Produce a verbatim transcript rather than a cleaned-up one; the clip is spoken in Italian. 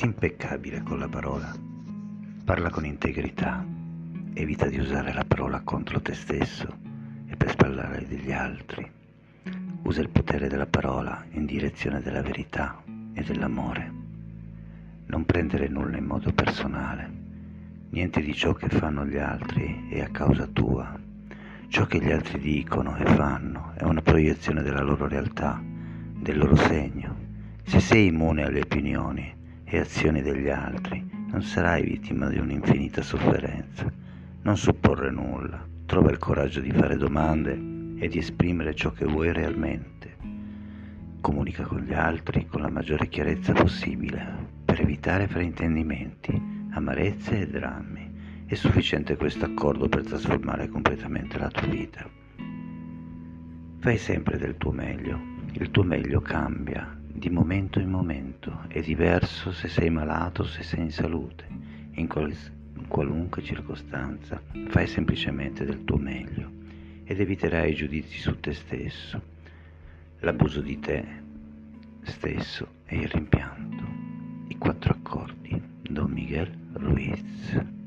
Sii impeccabile con la parola, parla con integrità, evita di usare la parola contro te stesso e per spallare degli altri. Usa il potere della parola in direzione della verità e dell'amore. Non prendere nulla in modo personale. Niente di ciò che fanno gli altri è a causa tua. Ciò che gli altri dicono e fanno è una proiezione della loro realtà, del loro segno. Se sei immune alle opinioni e azioni degli altri, non sarai vittima di un'infinita sofferenza. Non supporre nulla, trova il coraggio di fare domande e di esprimere ciò che vuoi realmente. Comunica con gli altri con la maggiore chiarezza possibile, per evitare fraintendimenti, amarezze e drammi. È sufficiente questo accordo per trasformare completamente la tua vita. Fai sempre del tuo meglio. Il tuo meglio cambia di momento in momento. È diverso se sei malato o se sei in salute. In, qual- in qualunque circostanza, fai semplicemente del tuo meglio ed eviterai i giudizi su te stesso, l'abuso di te stesso e il rimpianto. I quattro accordi. Don Miguel Ruiz.